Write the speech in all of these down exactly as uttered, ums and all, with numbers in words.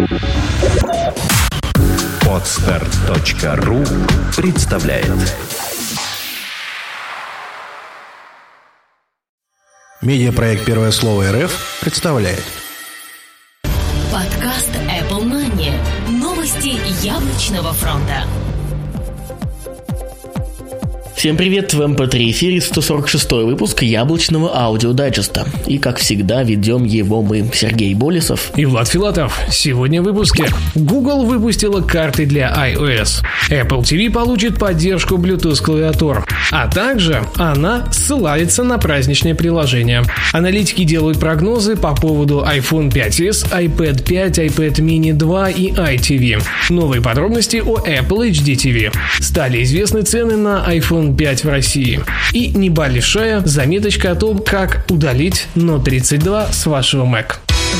Подстар точка ру представляет. Медиапроект «Первое слово РФ» представляет. Подкаст Apple Money. Новости яблочного фронта. Всем привет, в эм пэ три эфире сто сорок шестой выпуск яблочного аудиодайджеста. И, как всегда, ведем его мы, Сергей Болесов и Влад Филатов. Сегодня в выпуске. Google выпустила карты для iOS. Apple ти ви получит поддержку Bluetooth клавиатур. А также она ссылается на праздничное приложение. Аналитики делают прогнозы по поводу iPhone пять эс, iPad пять, iPad mini два и ай ти ви. Новые подробности о Apple эйч ди ти ви. Стали известны цены на iPhone пять в России. И небольшая заметочка о том, как удалить Note тридцать два с вашего Mac.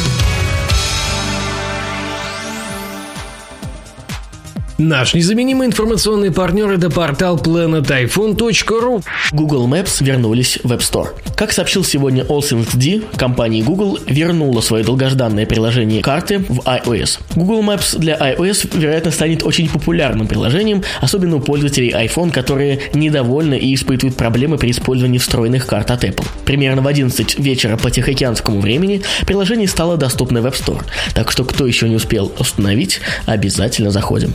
Наш незаменимый информационный партнер – это портал планет айфон точка ру. Google Maps вернулись в App Store. Как сообщил сегодня All Things D, компания Google вернула свое долгожданное приложение карты в iOS. Google Maps для iOS, вероятно, станет очень популярным приложением, особенно у пользователей iPhone, которые недовольны и испытывают проблемы при использовании встроенных карт от Apple. Примерно в одиннадцать вечера по тихоокеанскому времени приложение стало доступно в App Store. Так что, кто еще не успел установить, обязательно заходим.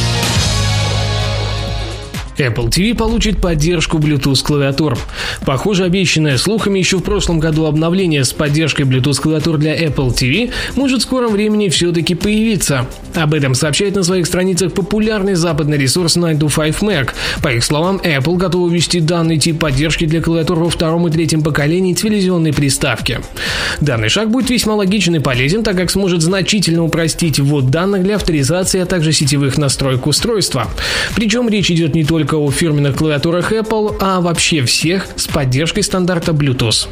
Apple ти ви получит поддержку Bluetooth клавиатур. Похоже, обещанное слухами еще в прошлом году обновление с поддержкой Bluetooth клавиатур для Apple ти ви может в скором времени все-таки появиться. Об этом сообщает на своих страницах популярный западный ресурс найн ту файв мэг. По их словам, Apple готова ввести данный тип поддержки для клавиатур во втором и третьем поколении телевизионной приставки. Данный шаг будет весьма логичен и полезен, так как сможет значительно упростить ввод данных для авторизации, а также сетевых настроек устройства. Причем речь идет не только о фирменных клавиатурах Apple, а вообще всех с поддержкой стандарта Bluetooth.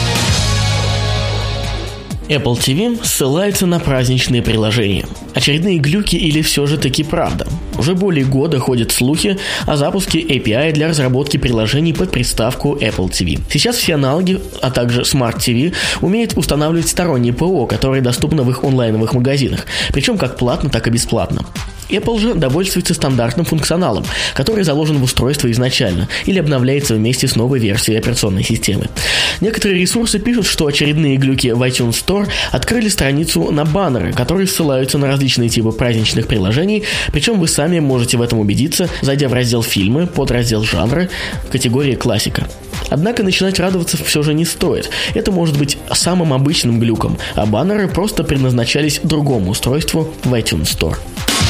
Apple ти ви ссылается на праздничные приложения. Очередные глюки или все же таки правда? Уже более года ходят слухи о запуске эй пи ай для разработки приложений под приставку Apple ти ви. Сейчас все аналоги, а также Smart ти ви умеют устанавливать сторонние ПО, которые доступны в их онлайновых магазинах, причем как платно, так и бесплатно. Apple же довольствуется стандартным функционалом, который заложен в устройство изначально или обновляется вместе с новой версией операционной системы. Некоторые ресурсы пишут, что очередные глюки в iTunes Store открыли страницу на баннеры, которые ссылаются на различные типы праздничных приложений, причем вы сами можете в этом убедиться, зайдя в раздел «Фильмы», подраздел «Жанры» в категории «Классика». Однако начинать радоваться все же не стоит. Это может быть самым обычным глюком, а баннеры просто предназначались другому устройству в iTunes Store.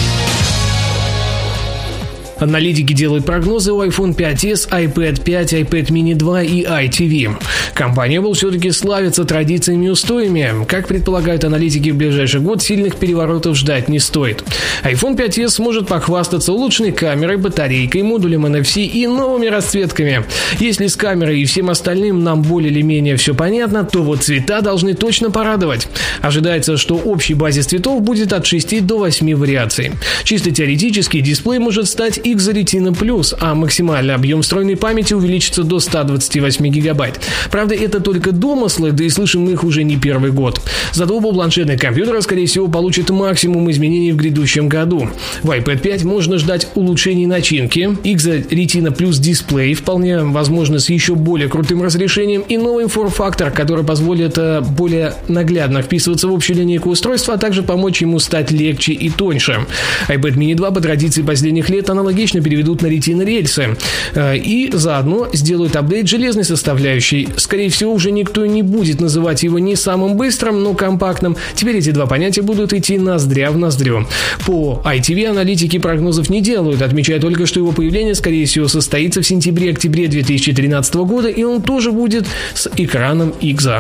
Аналитики делают прогнозы о iPhone пять эс, iPad пять, iPad mini два и ай ти ви. Компания Apple все-таки славится традициями и устоями. Как предполагают аналитики, в ближайший год сильных переворотов ждать не стоит. iPhone пять эс сможет похвастаться улучшенной камерой, батарейкой, модулем эн эф си и новыми расцветками. Если с камерой и всем остальным нам более или менее все понятно, то вот цвета должны точно порадовать. Ожидается, что общей базе цветов будет от шести до восьми вариаций. Чисто теоретически дисплей может стать Exo-Retina Plus, а максимальный объем встроенной памяти увеличится до ста двадцати восьми гигабайт. Правда, это только домыслы, да и слышим мы их уже не первый год. Зато оба планшетных компьютера, скорее всего, получат максимум изменений в грядущем году. В iPad пять можно ждать улучшений начинки, Exo-Retina Plus дисплей, вполне возможно с еще более крутым разрешением, и новый форм-фактор, который позволит более наглядно вписываться в общую линейку устройства, а также помочь ему стать легче и тоньше. iPad mini два по традиции последних лет аналогично переведут на Retina рельсы и заодно сделают апдейт железной составляющей. Скорее всего, уже никто не будет называть его не самым быстрым, но компактным. Теперь эти два понятия будут идти ноздря в ноздрю. По ай ти ви аналитики прогнозов не делают, отмечая только, что его появление, скорее всего, состоится в сентябре-октябре две тысячи тринадцатого года, и он тоже будет с экраном Exo.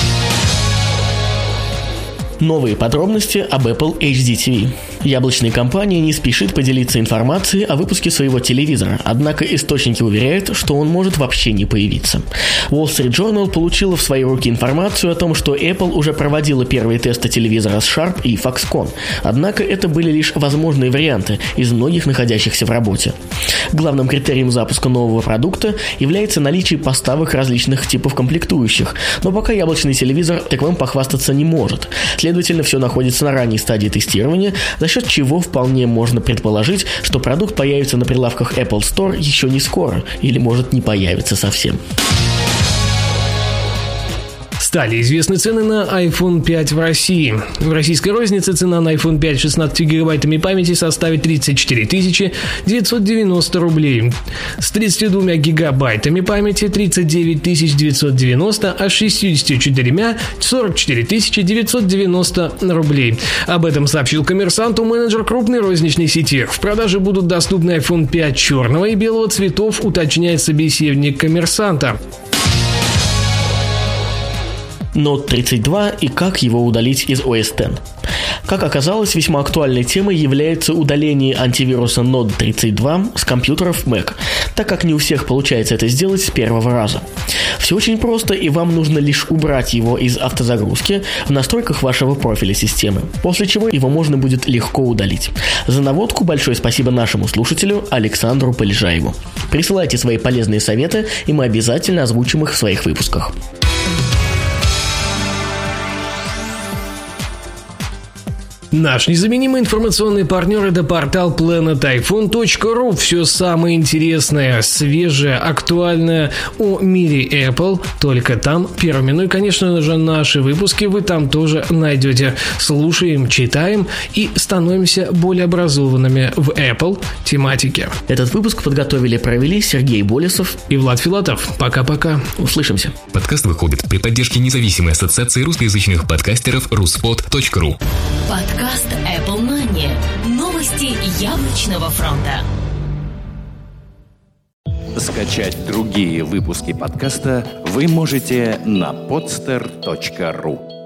Новые подробности об Apple эйч ди ти ви. Яблочная компания не спешит поделиться информацией о выпуске своего телевизора, однако источники уверяют, что он может вообще не появиться. Wall Street Journal получила в свои руки информацию о том, что Apple уже проводила первые тесты телевизора с Sharp и Foxconn, однако это были лишь возможные варианты из многих находящихся в работе. Главным критерием запуска нового продукта является наличие поставок различных типов комплектующих, но пока яблочный телевизор таковым похвастаться не может. следовательно, все находится на ранней стадии тестирования, за счет чего вполне можно предположить, что продукт появится на прилавках Apple Store еще не скоро, или может не появится совсем. Стали известны цены на iPhone пять в России. В российской рознице цена на iPhone пять с шестнадцатью гигабайтами памяти составит тридцать четыре тысячи девятьсот девяносто рублей. С тридцатью двумя гигабайтами памяти тридцать девять тысяч девятьсот девяносто, а с шестьюдесятью четырьмя сорок четыре тысячи девятьсот девяносто рублей. Об этом сообщил «Коммерсанту» менеджер крупной розничной сети. В продаже будут доступны iPhone пять черного и белого цветов, уточняет собеседник «Коммерсанта». Note тридцать два и как его удалить из о эс десять. Как оказалось, весьма актуальной темой является удаление антивируса Note тридцать два с компьютеров Mac, так как не у всех получается это сделать с первого раза. Все очень просто, и вам нужно лишь убрать его из автозагрузки в настройках вашего профиля системы, после чего его можно будет легко удалить. За наводку большое спасибо нашему слушателю Александру Полежаеву. Присылайте свои полезные советы, и мы обязательно озвучим их в своих выпусках. Наш незаменимый информационный партнер – это портал планет айфон точка ру. Все самое интересное, свежее, актуальное о мире Apple только там первыми. Ну и, конечно же, наши выпуски вы там тоже найдете. Слушаем, читаем и становимся более образованными в Apple тематике. Этот выпуск подготовили и провели Сергей Болесов и Влад Филатов. Пока-пока. Услышимся. Подкаст выходит при поддержке независимой ассоциации русскоязычных подкастеров руспод точка ру. Подкаст Apple Money. Новости яблочного фронта. Скачать другие выпуски подкаста вы можете на podster точка ру.